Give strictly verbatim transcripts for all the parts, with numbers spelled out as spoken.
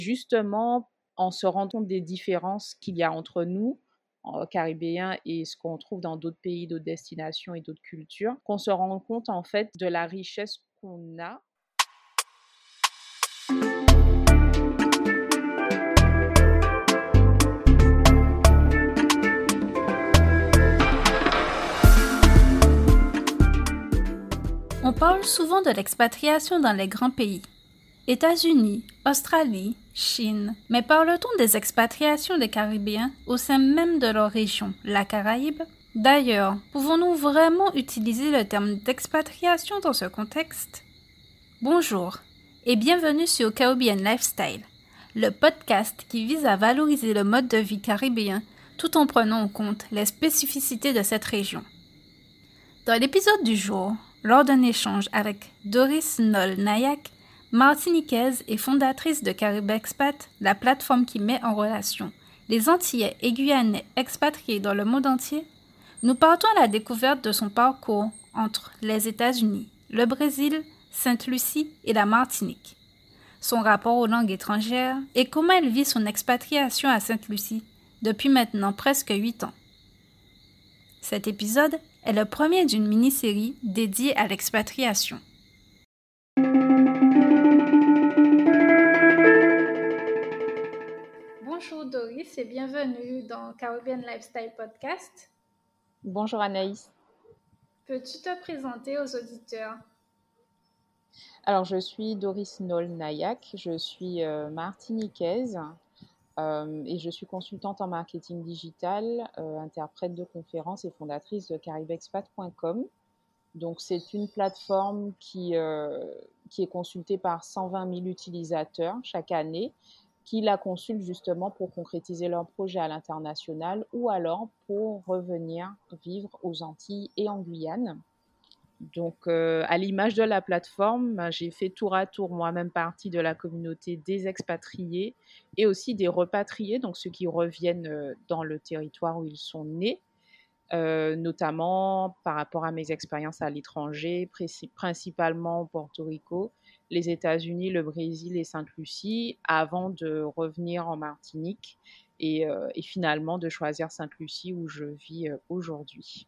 Justement, en se rendant compte des différences qu'il y a entre nous, en Caribéens et ce qu'on trouve dans d'autres pays, d'autres destinations et d'autres cultures, qu'on se rend compte en fait de la richesse qu'on a. On parle souvent de l'expatriation dans les grands pays. États-Unis, Australie, Chine. Mais parle-t-on des expatriations des Caribéens au sein même de leur région, la Caraïbe? D'ailleurs, pouvons-nous vraiment utiliser le terme d'expatriation dans ce contexte? Bonjour et bienvenue sur Caribbean Lifestyle, le podcast qui vise à valoriser le mode de vie caribéen tout en prenant en compte les spécificités de cette région. Dans l'épisode du jour, lors d'un échange avec Doris Noll-Nayak, martiniquaise et fondatrice de Caribexpat, la plateforme qui met en relation les Antillais et Guyanais expatriés dans le monde entier, nous partons à la découverte de son parcours entre les États-Unis, le Brésil, Sainte-Lucie et la Martinique, son rapport aux langues étrangères et comment elle vit son expatriation à Sainte-Lucie depuis maintenant presque huit ans. Cet épisode est le premier d'une mini-série dédiée à l'expatriation. Bonjour Doris et bienvenue dans Caribbean Lifestyle Podcast. Bonjour Anaïs. Peux-tu te présenter aux auditeurs? Alors je suis Doris Noll-Nayak, je suis euh, martiniquaise euh, et je suis consultante en marketing digital, euh, interprète de conférences et fondatrice de caribexpat point com. Donc c'est une plateforme qui, euh, qui est consultée par cent vingt mille utilisateurs chaque année qui la consultent justement pour concrétiser leur projet à l'international ou alors pour revenir vivre aux Antilles et en Guyane. Donc, euh, à l'image de la plateforme, ben, j'ai fait tour à tour moi-même partie de la communauté des expatriés et aussi des repatriés, donc ceux qui reviennent euh, dans le territoire où ils sont nés, euh, notamment par rapport à mes expériences à l'étranger, principalement au Porto Rico, les États-Unis, le Brésil et Sainte-Lucie, avant de revenir en Martinique et, euh, et finalement de choisir Sainte-Lucie où je vis euh, aujourd'hui.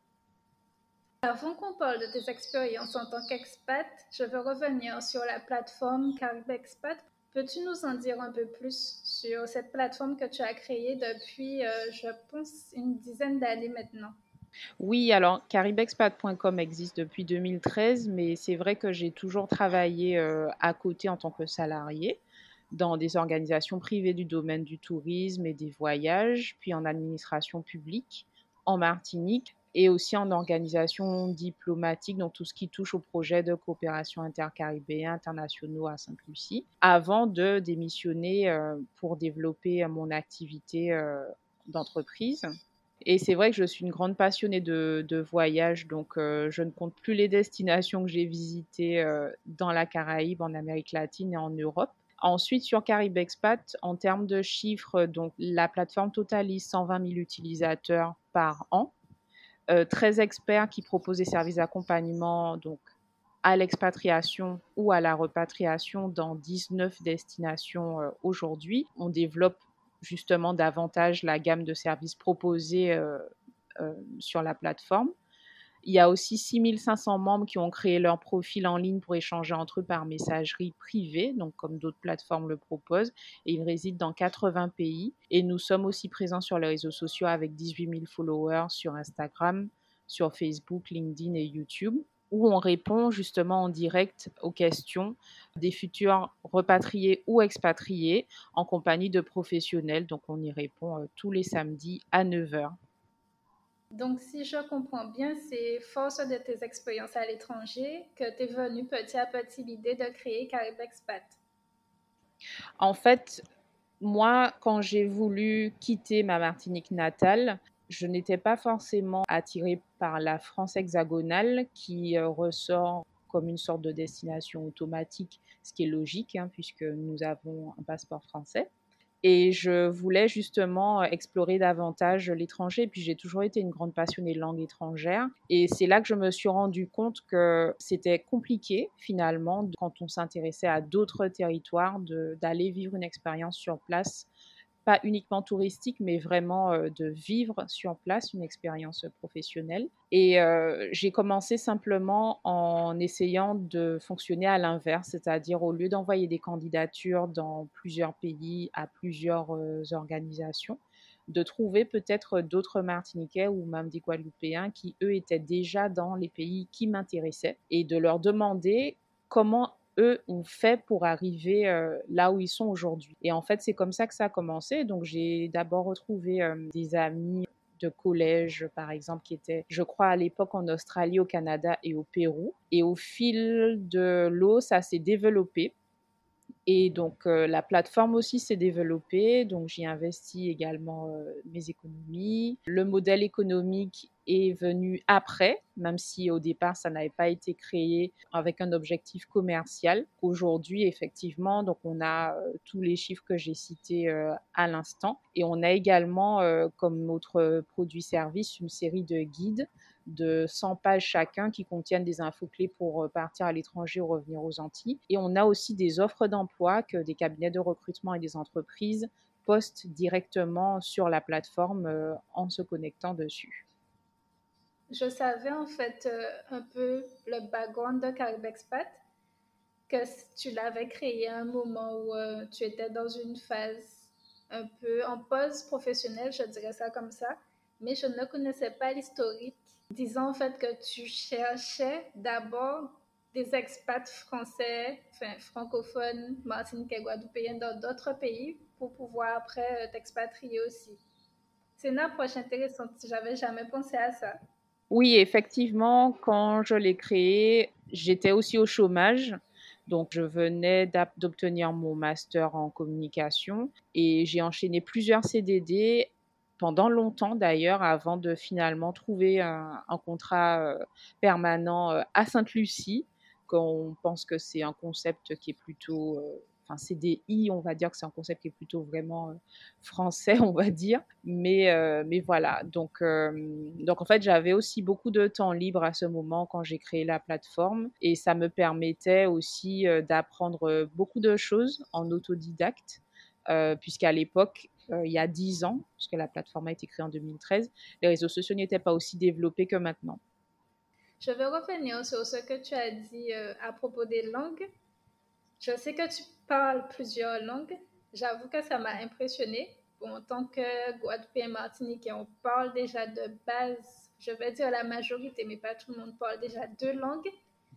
Avant qu'on parle de tes expériences en tant qu'expat, je veux revenir sur la plateforme Caribexpat. Peux-tu nous en dire un peu plus sur cette plateforme que tu as créée depuis, euh, je pense, une dizaine d'années maintenant? Oui, alors caribexpat point com existe depuis deux mille treize, mais c'est vrai que j'ai toujours travaillé euh, à côté en tant que salarié dans des organisations privées du domaine du tourisme et des voyages, puis en administration publique en Martinique et aussi en organisation diplomatique, donc tout ce qui touche aux projets de coopération intercaribéens internationaux à Sainte-Lucie, avant de démissionner euh, pour développer mon activité euh, d'entreprise. Et c'est vrai que je suis une grande passionnée de, de voyage, donc euh, je ne compte plus les destinations que j'ai visitées euh, dans la Caraïbe, en Amérique latine et en Europe. Ensuite, sur Caribexpat, en termes de chiffres, donc la plateforme totalise cent vingt mille utilisateurs par an, euh, treize experts qui proposent des services d'accompagnement donc, à l'expatriation ou à la repatriation dans dix-neuf destinations euh, aujourd'hui. On développe justement davantage la gamme de services proposés euh, euh, sur la plateforme. Il y a aussi six mille cinq cents membres qui ont créé leur profil en ligne pour échanger entre eux par messagerie privée, donc comme d'autres plateformes le proposent, et ils résident dans quatre-vingts pays. Et nous sommes aussi présents sur les réseaux sociaux avec dix-huit mille followers sur Instagram, sur Facebook, LinkedIn et YouTube, où on répond justement en direct aux questions des futurs repatriés ou expatriés en compagnie de professionnels. Donc on y répond euh, tous les samedis à neuf heures. Donc, si je comprends bien, c'est force de tes expériences à l'étranger que t'es venue petit à petit l'idée de créer Caribexpat. En fait, moi, quand j'ai voulu quitter ma Martinique natale, je n'étais pas forcément attirée par la France hexagonale qui euh, ressort comme une sorte de destination automatique, ce qui est logique hein, puisque nous avons un passeport français. Et je voulais justement explorer davantage l'étranger. Puis j'ai toujours été une grande passionnée de langue étrangère. Et c'est là que je me suis rendu compte que c'était compliqué finalement, quand on s'intéressait à d'autres territoires, de, d'aller vivre une expérience sur place, pas uniquement touristique, mais vraiment euh, de vivre sur place une expérience professionnelle. Et euh, j'ai commencé simplement en essayant de fonctionner à l'inverse, c'est-à-dire au lieu d'envoyer des candidatures dans plusieurs pays, à plusieurs euh, organisations, de trouver peut-être d'autres Martiniquais ou même des Guadeloupéens qui, eux, étaient déjà dans les pays qui m'intéressaient et de leur demander comment eux ont fait pour arriver euh, là où ils sont aujourd'hui. Et en fait, c'est comme ça que ça a commencé. Donc, j'ai d'abord retrouvé euh, des amis de collège, par exemple, qui étaient, je crois, à l'époque en Australie, au Canada et au Pérou. Et au fil de l'eau, ça s'est développé. Et donc, euh, la plateforme aussi s'est développée. Donc, j'y investis également euh, mes économies. Le modèle économique est venu après, même si au départ, ça n'avait pas été créé avec un objectif commercial. Aujourd'hui, effectivement, donc on a euh, tous les chiffres que j'ai cités euh, à l'instant. Et on a également, euh, comme autre produit-service, une série de guides de cent pages chacun qui contiennent des infos clés pour partir à l'étranger ou revenir aux Antilles. Et on a aussi des offres d'emploi que des cabinets de recrutement et des entreprises postent directement sur la plateforme euh, en se connectant dessus. Je savais en fait euh, un peu le background de Caribe Expat, que tu l'avais créé à un moment où euh, tu étais dans une phase un peu en pause professionnelle, je dirais ça comme ça, mais je ne connaissais pas l'historique. Disons en fait que tu cherchais d'abord des expats français, enfin francophones, martiniquais, guadeloupéens dans d'autres pays pour pouvoir après euh, t'expatrier aussi. C'est une approche intéressante, j'avais jamais pensé à ça. Oui, effectivement, quand je l'ai créé, j'étais aussi au chômage. Donc, je venais d'obtenir mon master en communication et j'ai enchaîné plusieurs C D D pendant longtemps d'ailleurs avant de finalement trouver un, un contrat euh, permanent euh, à Sainte-Lucie. Qu'on pense que c'est un concept qui est plutôt, euh, enfin C D I, on va dire que c'est un concept qui est plutôt vraiment euh, français, on va dire. Mais, euh, mais voilà, donc, euh, donc en fait, j'avais aussi beaucoup de temps libre à ce moment quand j'ai créé la plateforme et ça me permettait aussi euh, d'apprendre beaucoup de choses en autodidacte, euh, puisqu'à l'époque, euh, il y a dix ans, puisque la plateforme a été créée en deux mille treize, les réseaux sociaux n'étaient pas aussi développés que maintenant. Je vais revenir sur ce que tu as dit euh, à propos des langues. Je sais que tu parles plusieurs langues. J'avoue que ça m'a impressionnée. Bon, en tant que Guadeloupéen Martiniquais, on parle déjà de base, je vais dire la majorité, mais pas tout le monde parle déjà deux langues.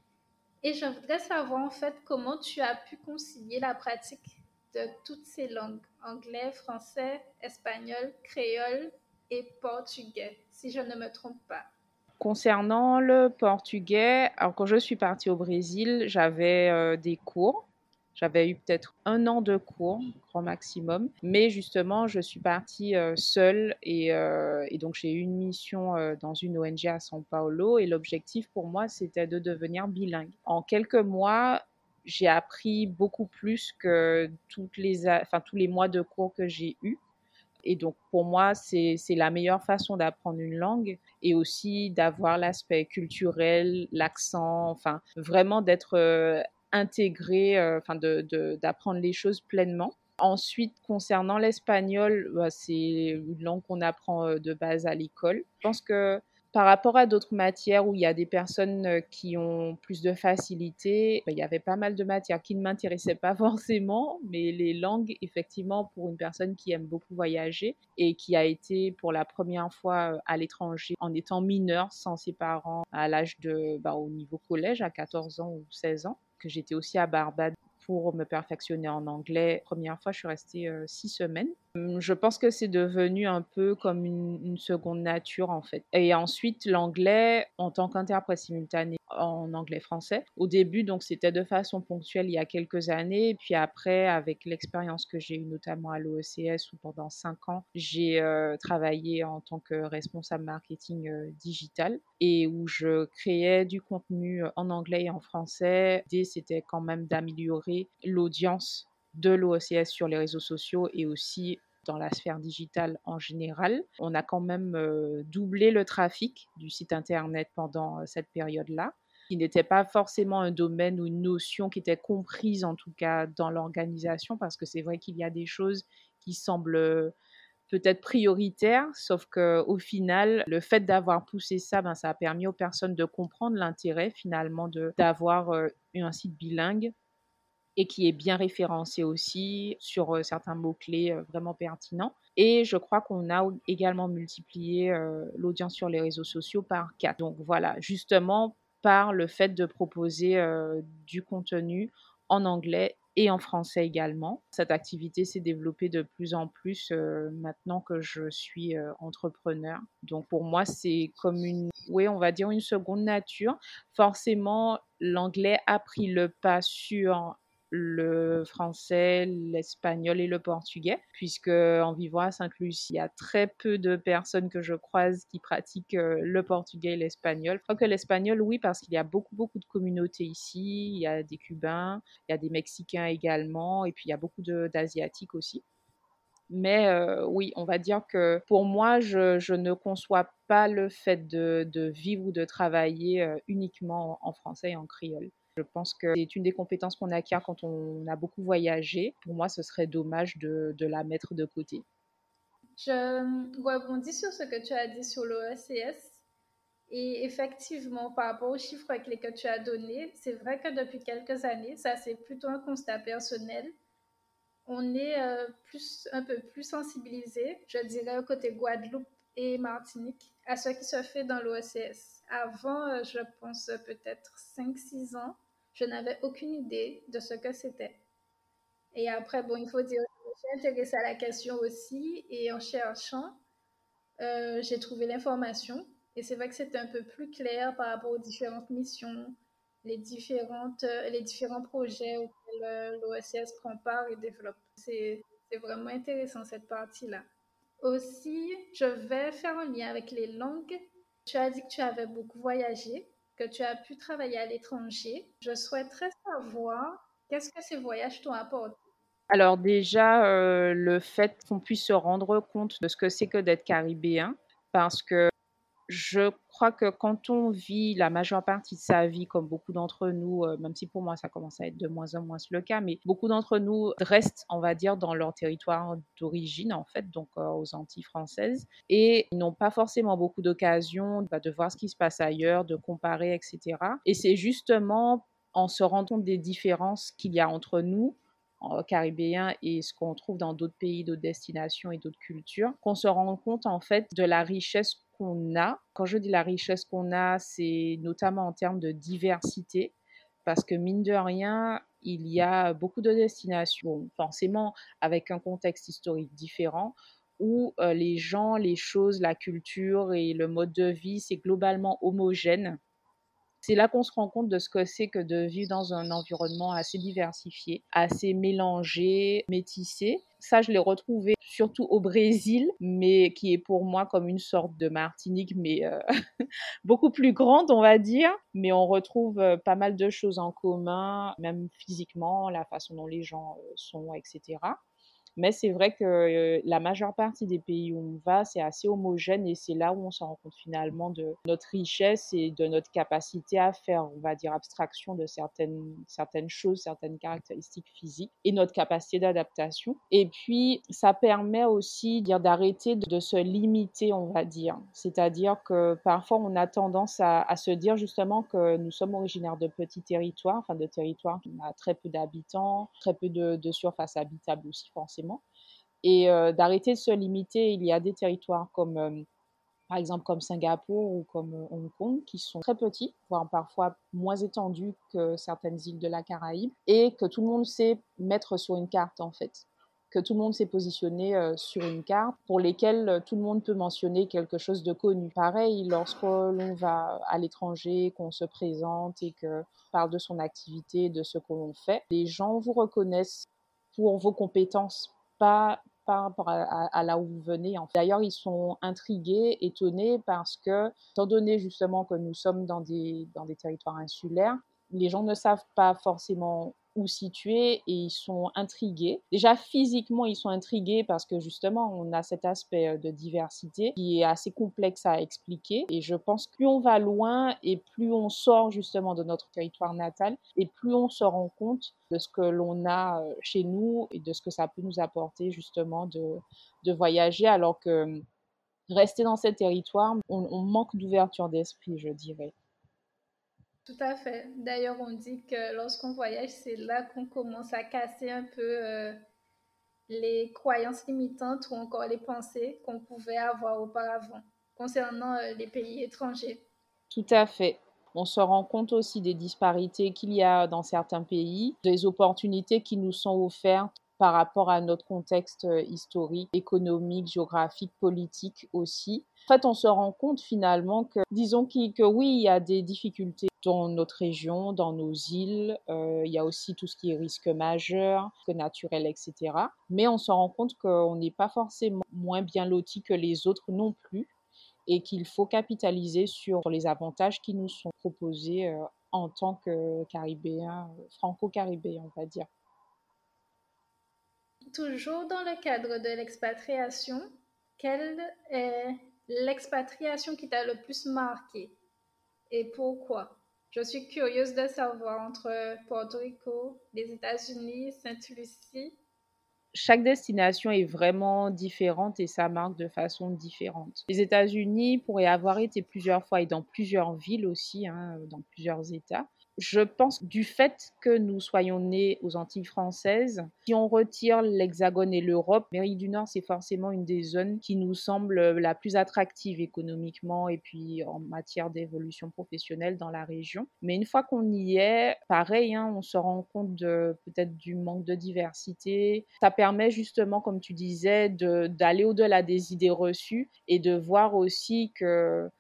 Et je voudrais savoir en fait comment tu as pu concilier la pratique de toutes ces langues, anglais, français, espagnol, créole et portugais, si je ne me trompe pas. Concernant le portugais, alors quand je suis partie au Brésil, j'avais euh, des cours. J'avais eu peut-être un an de cours, grand maximum. Mais justement, je suis partie euh, seule et, euh, et donc j'ai eu une mission euh, dans une O N G à São Paulo. Et l'objectif pour moi, c'était de devenir bilingue. En quelques mois, j'ai appris beaucoup plus que toutes les, enfin, tous les mois de cours que j'ai eus. Et donc, pour moi, c'est, c'est la meilleure façon d'apprendre une langue et aussi d'avoir l'aspect culturel, l'accent, enfin, vraiment d'être euh, intégré, euh, enfin, de, de, d'apprendre les choses pleinement. Ensuite, concernant l'espagnol, bah, c'est une langue qu'on apprend euh, de base à l'école. Je pense que par rapport à d'autres matières où il y a des personnes euh, qui ont plus de facilité, bah, il y avait pas mal de matières qui ne m'intéressaient pas forcément, mais les langues, effectivement, pour une personne qui aime beaucoup voyager et qui a été pour la première fois euh, à l'étranger en étant mineure sans ses parents à l'âge de, bah, au niveau collège, à quatorze ans ou seize ans, que j'étais aussi à Barbade pour me perfectionner en anglais. Première fois, je suis restée euh, six semaines. Je pense que c'est devenu un peu comme une, une seconde nature en fait. Et ensuite, l'anglais en tant qu'interprète simultané en anglais-français. Au début, donc c'était de façon ponctuelle il y a quelques années. Et puis après, avec l'expérience que j'ai eue notamment à l'O E C S où pendant cinq ans, j'ai euh, travaillé en tant que responsable marketing euh, digital et où je créais du contenu en anglais et en français. L'idée, c'était quand même d'améliorer l'audience de l'O E C S sur les réseaux sociaux et aussi dans la sphère digitale en général. On a quand même euh, doublé le trafic du site internet pendant euh, cette période-là, qui n'était pas forcément un domaine ou une notion qui était comprise en tout cas dans l'organisation, parce que c'est vrai qu'il y a des choses qui semblent peut-être prioritaires, sauf qu'au final, le fait d'avoir poussé ça, ben, ça a permis aux personnes de comprendre l'intérêt finalement de, d'avoir euh, un site bilingue et qui est bien référencé aussi sur euh, certains mots-clés euh, vraiment pertinents. Et je crois qu'on a également multiplié euh, l'audience sur les réseaux sociaux par quatre. Donc voilà, justement par le fait de proposer euh, du contenu en anglais et en français également. Cette activité s'est développée de plus en plus euh, maintenant que je suis euh, entrepreneur. Donc pour moi, c'est comme une, oui, on va dire une seconde nature. Forcément, l'anglais a pris le pas sur le français, l'espagnol et le portugais, puisque en vivant à Sainte-Lucie, il y a très peu de personnes que je croise qui pratiquent euh, le portugais et l'espagnol. Je crois que l'espagnol, oui, parce qu'il y a beaucoup, beaucoup de communautés ici. Il y a des Cubains, il y a des Mexicains également, et puis il y a beaucoup de, d'Asiatiques aussi. Mais euh, oui, on va dire que pour moi, je, je ne conçois pas le fait de, de vivre ou de travailler euh, uniquement en français et en créole. Je pense que c'est une des compétences qu'on acquiert quand on a beaucoup voyagé. Pour moi, ce serait dommage de, de la mettre de côté. Je rebondis sur ce que tu as dit sur l'O E C S. Et effectivement, par rapport aux chiffres clés que tu as donnés, c'est vrai que depuis quelques années, ça c'est plutôt un constat personnel. On est euh, plus, un peu plus sensibilisé, je dirais, au côté Guadeloupe et Martinique, à ce qui se fait dans l'O E C S. Avant, euh, je pense euh, peut-être cinq six ans, je n'avais aucune idée de ce que c'était. Et après, bon, il faut dire, je me suis intéressée à la question aussi, et en cherchant, euh, j'ai trouvé l'information. Et c'est vrai que c'était un peu plus clair par rapport aux différentes missions, les, différentes, euh, les différents projets auxquels euh, l'O E C S prend part et développe. C'est, c'est vraiment intéressant cette partie-là. Aussi, je vais faire un lien avec les langues. Tu as dit que tu avais beaucoup voyagé, que tu as pu travailler à l'étranger. Je souhaiterais savoir qu'est-ce que ces voyages t'ont apporté. Alors déjà, euh, le fait qu'on puisse se rendre compte de ce que c'est que d'être caribéen, parce que je crois que quand on vit la majeure partie de sa vie, comme beaucoup d'entre nous, euh, même si pour moi ça commence à être de moins en moins le cas, mais beaucoup d'entre nous restent, on va dire, dans leur territoire d'origine, en fait, donc euh, aux Antilles françaises, et ils n'ont pas forcément beaucoup d'occasions bah, de voir ce qui se passe ailleurs, de comparer, et cetera. Et c'est justement en se rendant compte des différences qu'il y a entre nous, euh, caribéens, et ce qu'on trouve dans d'autres pays, d'autres destinations et d'autres cultures, qu'on se rend compte en fait de la richesse qu'on a. Quand je dis la richesse qu'on a, c'est notamment en termes de diversité, parce que mine de rien, il y a beaucoup de destinations, forcément avec un contexte historique différent, où euh, les gens, les choses, la culture et le mode de vie, c'est globalement homogène. C'est là qu'on se rend compte de ce que c'est que de vivre dans un environnement assez diversifié, assez mélangé, métissé. Ça, je l'ai retrouvé surtout au Brésil, mais qui est pour moi comme une sorte de Martinique, mais euh, beaucoup plus grande, on va dire. Mais on retrouve euh, pas mal de choses en commun, même physiquement, la façon dont les gens euh, sont, et cetera. Mais c'est vrai que euh, la majeure partie des pays où on va, c'est assez homogène et c'est là où on se rend compte finalement de notre richesse et de notre capacité à faire, on va dire, abstraction de certaines, certaines choses, certaines caractéristiques physiques et notre capacité d'adaptation. Et puis, ça permet aussi dire, d'arrêter de, de se limiter, on va dire. C'est-à-dire que parfois, on a tendance à, à se dire justement que nous sommes originaires de petits territoires, enfin de territoires qui ont très peu d'habitants, très peu de, de surface habitable aussi forcément. Et euh, d'arrêter de se limiter. Il y a des territoires comme, euh, par exemple, comme Singapour ou comme euh, Hong Kong, qui sont très petits, voire parfois moins étendus que certaines îles de la Caraïbe, et que tout le monde sait mettre sur une carte, en fait. Que tout le monde s'est positionné euh, sur une carte, pour lesquelles euh, tout le monde peut mentionner quelque chose de connu. Pareil, lorsque l'on va à l'étranger, qu'on se présente et qu'on parle de son activité, de ce que l'on fait, les gens vous reconnaissent pour vos compétences, pas par rapport à, à, à là où vous venez. En fait. D'ailleurs, ils sont intrigués, étonnés parce que, étant donné justement que nous sommes dans des, dans des territoires insulaires, les gens ne savent pas forcément où situer et ils sont intrigués. Déjà physiquement, ils sont intrigués parce que justement, on a cet aspect de diversité qui est assez complexe à expliquer. Et je pense que plus on va loin et plus on sort justement de notre territoire natal et plus on se rend compte de ce que l'on a chez nous et de ce que ça peut nous apporter justement de, de voyager, alors que rester dans ces territoires, on, on manque d'ouverture d'esprit, je dirais. Tout à fait. D'ailleurs, on dit que lorsqu'on voyage, c'est là qu'on commence à casser un peu euh, les croyances limitantes ou encore les pensées qu'on pouvait avoir auparavant concernant euh, les pays étrangers. Tout à fait. On se rend compte aussi des disparités qu'il y a dans certains pays, des opportunités qui nous sont offertes par rapport à notre contexte historique, économique, géographique, politique aussi. En fait, on se rend compte finalement que, disons que, que oui, il y a des difficultés dans notre région, dans nos îles. Euh, il y a aussi tout ce qui est risque majeur, risque naturel, et cetera. Mais on se rend compte qu'on n'est pas forcément moins bien lotis que les autres non plus, et qu'il faut capitaliser sur les avantages qui nous sont proposés euh, en tant que Caribéens, franco-caribéens, on va dire. Toujours dans le cadre de l'expatriation, quelle est l'expatriation qui t'a le plus marqué et pourquoi? Je suis curieuse de savoir entre Porto Rico, les États-Unis, Sainte-Lucie. Chaque destination est vraiment différente et ça marque de façon différente. Les États-Unis, pour y avoir été plusieurs fois et dans plusieurs villes aussi, hein, dans plusieurs États, je pense du fait que nous soyons nés aux Antilles françaises, si on retire l'Hexagone et l'Europe, l'Amérique du Nord, c'est forcément une des zones qui nous semble la plus attractive économiquement et puis en matière d'évolution professionnelle dans la région. Mais une fois qu'on y est, pareil, hein, on se rend compte de peut-être du manque de diversité. Ça permet justement, comme tu disais, de, d'aller au-delà des idées reçues et de voir aussi que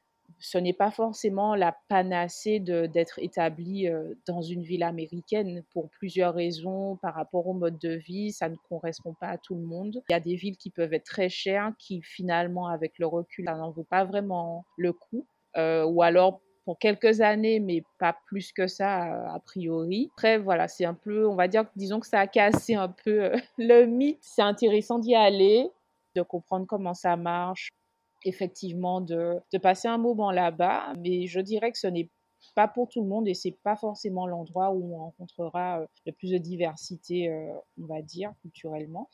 ce n'est pas forcément la panacée de, d'être établi euh, dans une ville américaine pour plusieurs raisons par rapport au mode de vie. Ça ne correspond pas à tout le monde. Il y a des villes qui peuvent être très chères, qui finalement, avec le recul, ça n'en vaut pas vraiment le coup. Euh, ou alors pour quelques années, mais pas plus que ça, a priori. Après, voilà, c'est un peu, on va dire, disons que ça a cassé un peu euh, le mythe. C'est intéressant d'y aller, de comprendre comment ça marche, effectivement de, de passer un moment là-bas, mais je dirais que ce n'est pas pour tout le monde et c'est pas forcément l'endroit où on rencontrera euh, le plus de diversité, euh, on va dire, culturellement.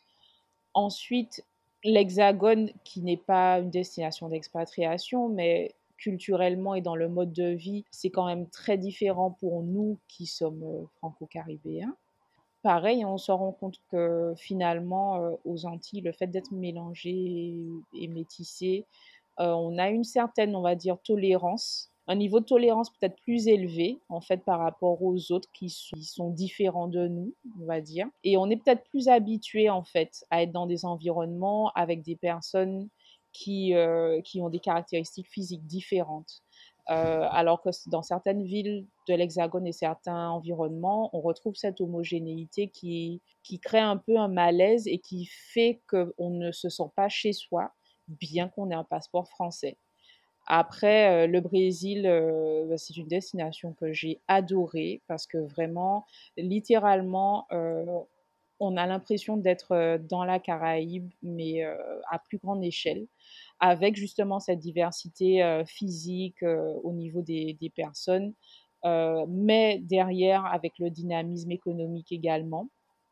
Ensuite, l'Hexagone, qui n'est pas une destination d'expatriation, mais culturellement et dans le mode de vie, c'est quand même très différent pour nous qui sommes euh, franco-caribéens. Pareil, on se rend compte que finalement, euh, aux Antilles, le fait d'être mélangé et, et métissé, euh, on a une certaine, on va dire, tolérance, un niveau de tolérance peut-être plus élevé, en fait, par rapport aux autres qui sont, qui sont différents de nous, on va dire. Et on est peut-être plus habitué, en fait, à être dans des environnements avec des personnes qui, euh, qui ont des caractéristiques physiques différentes. Euh, alors que dans certaines villes de l'Hexagone et certains environnements, on retrouve cette homogénéité qui, qui crée un peu un malaise et qui fait qu'on ne se sent pas chez soi, bien qu'on ait un passeport français. Après, euh, le Brésil, euh, c'est une destination que j'ai adorée parce que vraiment, littéralement, euh, on a l'impression d'être dans la Caraïbe, mais euh, à plus grande échelle, avec justement cette diversité euh, physique euh, au niveau des, des personnes, euh, mais derrière avec le dynamisme économique également,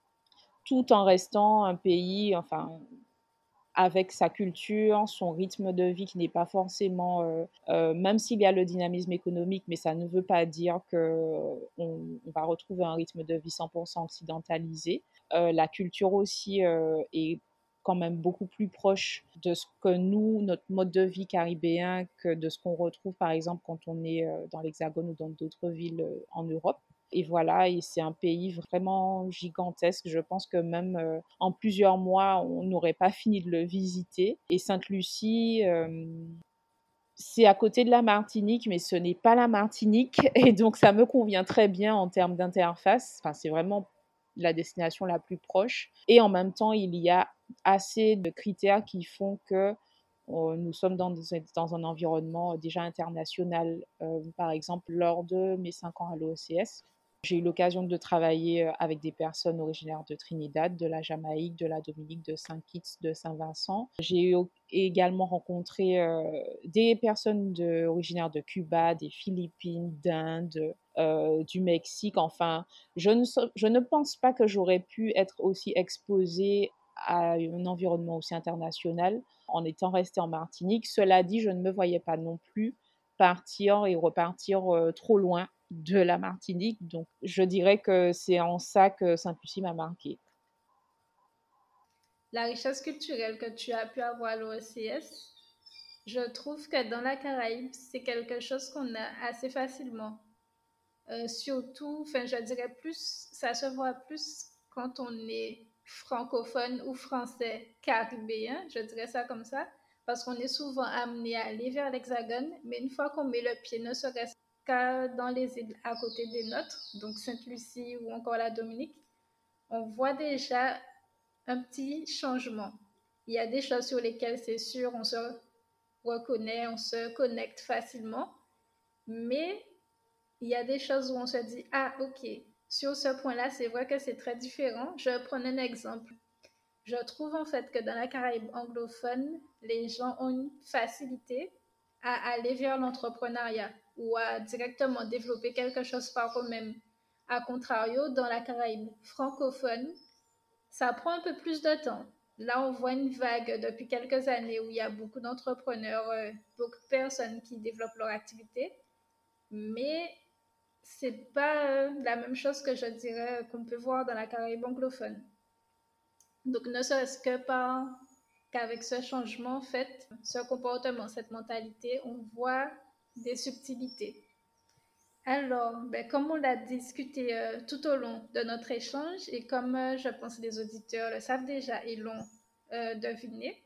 tout en restant un pays, enfin, avec sa culture, son rythme de vie qui n'est pas forcément, euh, euh, même s'il y a le dynamisme économique, mais ça ne veut pas dire qu'on on va retrouver un rythme de vie cent pour cent occidentalisé. Euh, la culture aussi euh, est quand même beaucoup plus proche de ce que nous, notre mode de vie caribéen, que de ce qu'on retrouve par exemple quand on est euh, dans l'Hexagone ou dans d'autres villes euh, en Europe. Et voilà, et c'est un pays vraiment gigantesque. Je pense que même euh, en plusieurs mois, on n'aurait pas fini de le visiter. Et Sainte-Lucie, euh, c'est à côté de la Martinique, mais ce n'est pas la Martinique. Et donc, ça me convient très bien en termes d'interface. Enfin, c'est vraiment la destination la plus proche. Et en même temps, il y a assez de critères qui font que euh, nous sommes dans, dans un environnement déjà international. Euh, par exemple, lors de mes cinq ans à l'O E C S, J'ai eu l'occasion de travailler avec des personnes originaires de Trinidad, de la Jamaïque, de la Dominique, de Saint-Kitts, de Saint-Vincent. J'ai également rencontré euh, des personnes de, originaires de Cuba, des Philippines, d'Inde, euh, du Mexique. Enfin, je ne, je ne pense pas que j'aurais pu être aussi exposée à un environnement aussi international en étant restée en Martinique. Cela dit, je ne me voyais pas non plus partir et repartir euh, trop loin de la Martinique. Donc, je dirais que c'est en ça que Sainte-Lucie m'a marquée. La richesse culturelle que tu as pu avoir à l'O E C S, je trouve que dans la Caraïbe, c'est quelque chose qu'on a assez facilement. Euh, surtout, enfin, je dirais plus, ça se voit plus quand on est francophone ou français caribéen, je dirais ça comme ça, parce qu'on est souvent amené à aller vers l'Hexagone, mais une fois qu'on met le pied, ne serait-ce qu'à dans les îles à côté des nôtres, donc Sainte-Lucie ou encore la Dominique, on voit déjà un petit changement. Il y a des choses sur lesquelles c'est sûr, on se reconnaît, on se connecte facilement, mais il y a des choses où on se dit, ah ok, sur ce point-là, c'est vrai que c'est très différent. Je vais prendre un exemple. Je trouve en fait que dans la Caraïbe anglophone, les gens ont une facilité à aller vers l'entrepreneuriat ou à directement développer quelque chose par eux-mêmes. A contrario, dans la Caraïbe francophone, ça prend un peu plus de temps. Là, on voit une vague depuis quelques années où il y a beaucoup d'entrepreneurs, euh, beaucoup de personnes qui développent leur activité, mais c'est pas euh, la même chose que je dirais euh, qu'on peut voir dans la Caraïbe anglophone. Donc, ne serait-ce que par qu'avec ce changement, en fait, ce comportement, cette mentalité, on voit des subtilités. Alors, ben, comme on l'a discuté euh, tout au long de notre échange et comme euh, je pense que les auditeurs le savent déjà et l'ont euh, deviné,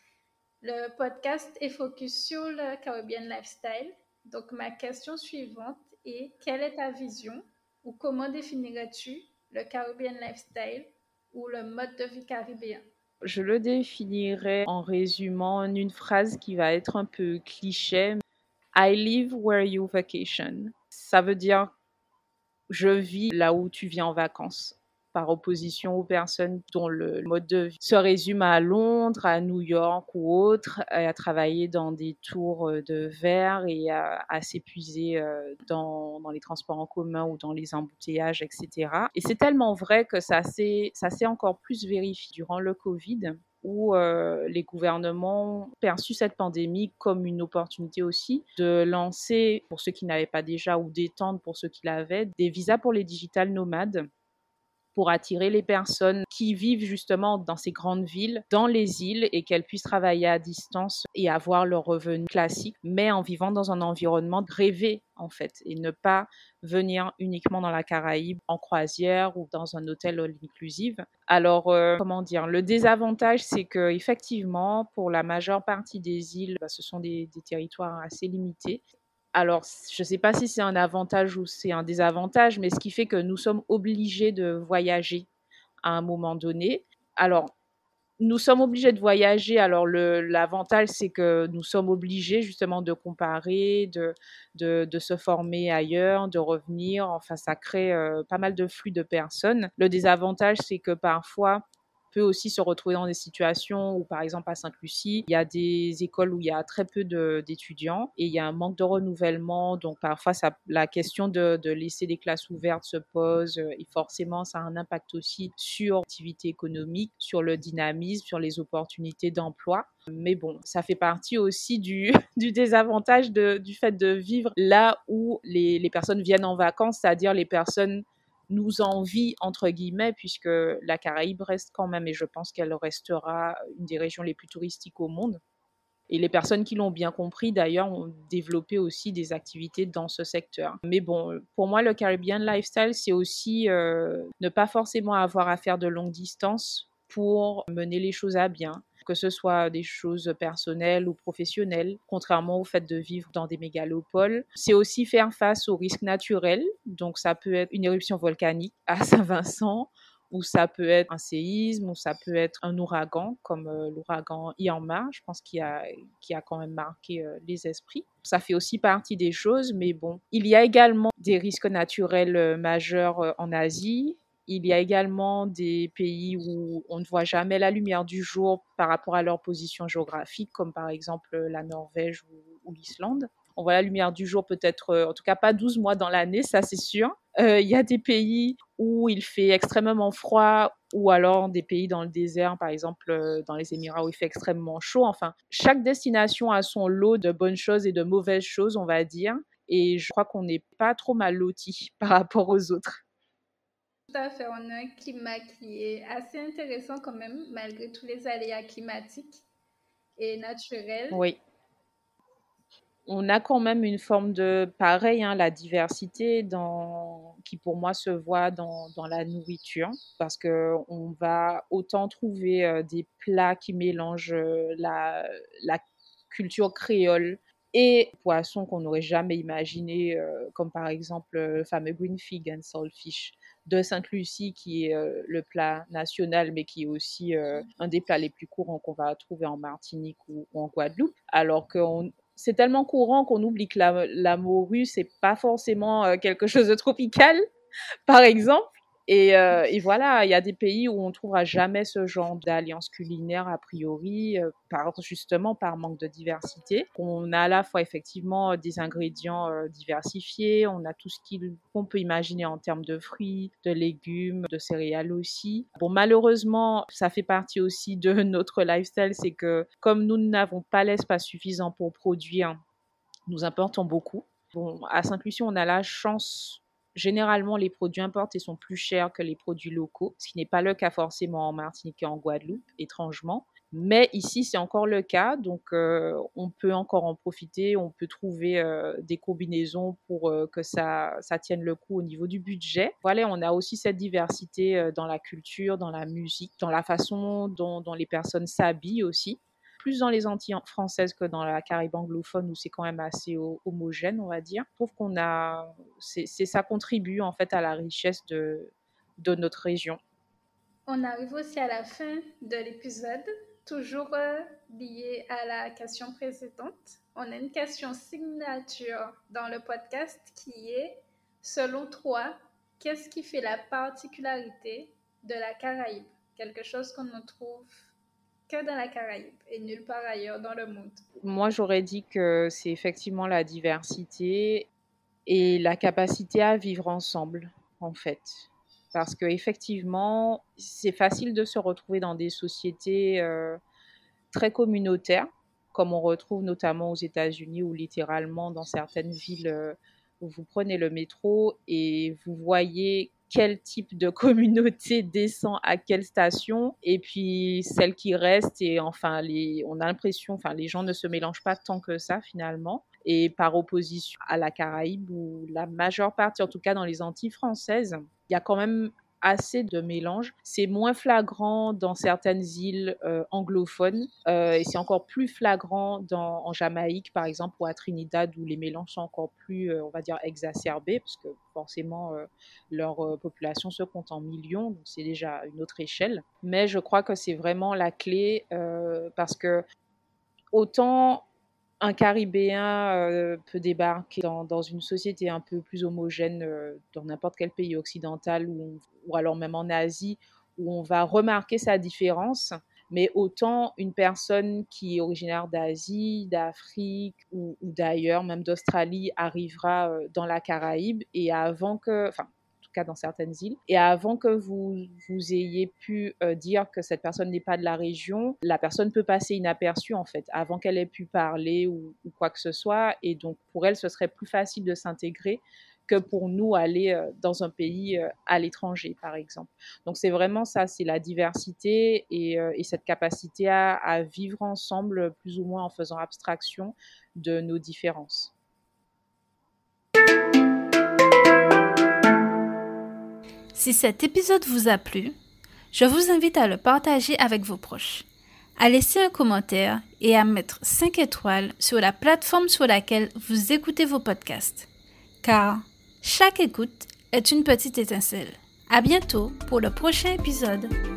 le podcast est focus sur le Caribbean Lifestyle. Donc, ma question suivante est, quelle est ta vision ou comment définirais-tu le Caribbean Lifestyle ou le mode de vie caribéen? Je le définirais en résumant en une phrase qui va être un peu cliché. I live where you vacation. Ça veut dire je vis là où tu viens en vacances, par opposition aux personnes dont le mode de vie se résume à Londres, à New York ou autre, à travailler dans des tours de verre et à, à s'épuiser dans, dans les transports en commun ou dans les embouteillages, et cetera. Et c'est tellement vrai que ça s'est, ça s'est encore plus vérifié durant le Covid, où euh, les gouvernements ont perçu cette pandémie comme une opportunité aussi de lancer, pour ceux qui n'avaient pas déjà, ou d'étendre pour ceux qui l'avaient, des visas pour les digital nomades, pour attirer les personnes qui vivent justement dans ces grandes villes, dans les îles, et qu'elles puissent travailler à distance et avoir leur revenu classique, mais en vivant dans un environnement rêvé en fait, et ne pas venir uniquement dans la Caraïbe en croisière ou dans un hôtel all inclusive. Alors, euh, comment dire, le désavantage, c'est que effectivement, pour la majeure partie des îles, bah, ce sont des, des territoires assez limités. Alors, je ne sais pas si c'est un avantage ou c'est un désavantage, mais ce qui fait que nous sommes obligés de voyager à un moment donné. Alors, nous sommes obligés de voyager. Alors, le, l'avantage, c'est que nous sommes obligés justement de comparer, de, de, de se former ailleurs, de revenir. Enfin, ça crée euh, pas mal de flux de personnes. Le désavantage, c'est que parfois, peut aussi se retrouver dans des situations où, par exemple, à Sainte-Lucie, il y a des écoles où il y a très peu de, d'étudiants et il y a un manque de renouvellement. Donc, parfois, ça, la question de, de laisser des classes ouvertes se pose et forcément, ça a un impact aussi sur l'activité économique, sur le dynamisme, sur les opportunités d'emploi. Mais bon, ça fait partie aussi du, du désavantage de, du fait de vivre là où les, les personnes viennent en vacances, c'est-à-dire les personnes nous envient, entre guillemets, puisque la Caraïbe reste quand même, et je pense qu'elle restera une des régions les plus touristiques au monde. Et les personnes qui l'ont bien compris, d'ailleurs, ont développé aussi des activités dans ce secteur. Mais bon, pour moi, le Caribbean Lifestyle, c'est aussi euh, ne pas forcément avoir à faire de longues distances pour mener les choses à bien, que ce soit des choses personnelles ou professionnelles, contrairement au fait de vivre dans des mégalopoles. C'est aussi faire face aux risques naturels, donc ça peut être une éruption volcanique à Saint-Vincent, ou ça peut être un séisme, ou ça peut être un ouragan, comme euh, l'ouragan Irma, je pense qu'il a, qui a quand même marqué euh, les esprits. Ça fait aussi partie des choses, mais bon. Il y a également des risques naturels euh, majeurs euh, en Asie. Il y a également des pays où on ne voit jamais la lumière du jour par rapport à leur position géographique, comme par exemple la Norvège ou, ou l'Islande. On voit la lumière du jour peut-être, euh, en tout cas pas douze mois dans l'année, ça c'est sûr. Euh, Il y a des pays où il fait extrêmement froid, ou alors des pays dans le désert, par exemple euh, dans les Émirats où il fait extrêmement chaud. Enfin, chaque destination a son lot de bonnes choses et de mauvaises choses, on va dire. Et je crois qu'on n'est pas trop mal lotis par rapport aux autres. Tout à fait, on a un climat qui est assez intéressant quand même, malgré tous les aléas climatiques et naturels. Oui. On a quand même une forme de, pareil, hein, la diversité dans, qui pour moi se voit dans, dans la nourriture, parce qu'on va autant trouver euh, des plats qui mélangent euh, la, la culture créole et poissons qu'on n'aurait jamais imaginé, euh, comme par exemple le fameux green fig and saltfish de Sainte-Lucie, qui est euh, le plat national, mais qui est aussi euh, un des plats les plus courants qu'on va trouver en Martinique ou, ou en Guadeloupe, alors qu'on c'est tellement courant qu'on oublie que la, la morue, c'est pas forcément euh, quelque chose de tropical, par exemple. Et, euh, et voilà, il y a des pays où on ne trouvera jamais ce genre d'alliance culinaire a priori, euh, par, justement par manque de diversité. On a à la fois effectivement des ingrédients euh, diversifiés, on a tout ce qu'on peut imaginer en termes de fruits, de légumes, de céréales aussi. Bon, malheureusement, ça fait partie aussi de notre lifestyle, c'est que comme nous n'avons pas l'espace suffisant pour produire, nous importons beaucoup. Bon, à Sainte-Lucie, on a la chance. Généralement, les produits importés sont plus chers que les produits locaux, ce qui n'est pas le cas forcément en Martinique et en Guadeloupe, étrangement. Mais ici, c'est encore le cas, donc euh, on peut encore en profiter, on peut trouver euh, des combinaisons pour euh, que ça, ça tienne le coup au niveau du budget. Voilà, on a aussi cette diversité euh, dans la culture, dans la musique, dans la façon dont, dont les personnes s'habillent aussi. Plus dans les Antilles françaises que dans la Caraïbe anglophone où c'est quand même assez homogène, on va dire. Je trouve qu'on a, c'est, c'est ça contribue en fait à la richesse de, de notre région. On arrive aussi à la fin de l'épisode, toujours euh, lié à la question précédente. On a une question signature dans le podcast qui est, selon toi, qu'est-ce qui fait la particularité de la Caraïbe? Quelque chose qu'on ne trouve que dans la Caraïbe et nulle part ailleurs dans le monde. Moi, j'aurais dit que c'est effectivement la diversité et la capacité à vivre ensemble, en fait. Parce qu'effectivement, c'est facile de se retrouver dans des sociétés euh, très communautaires, comme on retrouve notamment aux États-Unis, où littéralement, dans certaines villes, euh, vous prenez le métro et vous voyez quel type de communauté descend à quelle station, et puis celle qui reste, et enfin, les, on a l'impression, enfin, les gens ne se mélangent pas tant que ça finalement. Et par opposition à la Caraïbe, où la majeure partie, en tout cas dans les Antilles françaises, il y a quand même assez de mélange. C'est moins flagrant dans certaines îles euh, anglophones euh, et c'est encore plus flagrant dans, en Jamaïque, par exemple, ou à Trinidad, où les mélanges sont encore plus, euh, on va dire, exacerbés, parce que forcément, euh, leur euh, population se compte en millions, donc c'est déjà une autre échelle. Mais je crois que c'est vraiment la clé euh, parce que autant un Caribéen euh, peut débarquer dans, dans une société un peu plus homogène euh, dans n'importe quel pays occidental ou, ou alors même en Asie où on va remarquer sa différence, mais autant une personne qui est originaire d'Asie, d'Afrique ou, ou d'ailleurs, même d'Australie, arrivera euh, dans la Caraïbe et avant que, enfin, dans certaines îles. Et avant que vous, vous ayez pu euh, dire que cette personne n'est pas de la région, la personne peut passer inaperçue en fait, avant qu'elle ait pu parler ou, ou quoi que ce soit. Et donc pour elle, ce serait plus facile de s'intégrer que pour nous aller euh, dans un pays euh, à l'étranger, par exemple. Donc c'est vraiment ça, c'est la diversité et, euh, et cette capacité à, à vivre ensemble, plus ou moins en faisant abstraction de nos différences. Si cet épisode vous a plu, je vous invite à le partager avec vos proches, à laisser un commentaire et à mettre cinq étoiles sur la plateforme sur laquelle vous écoutez vos podcasts. Car chaque écoute est une petite étincelle. À bientôt pour le prochain épisode.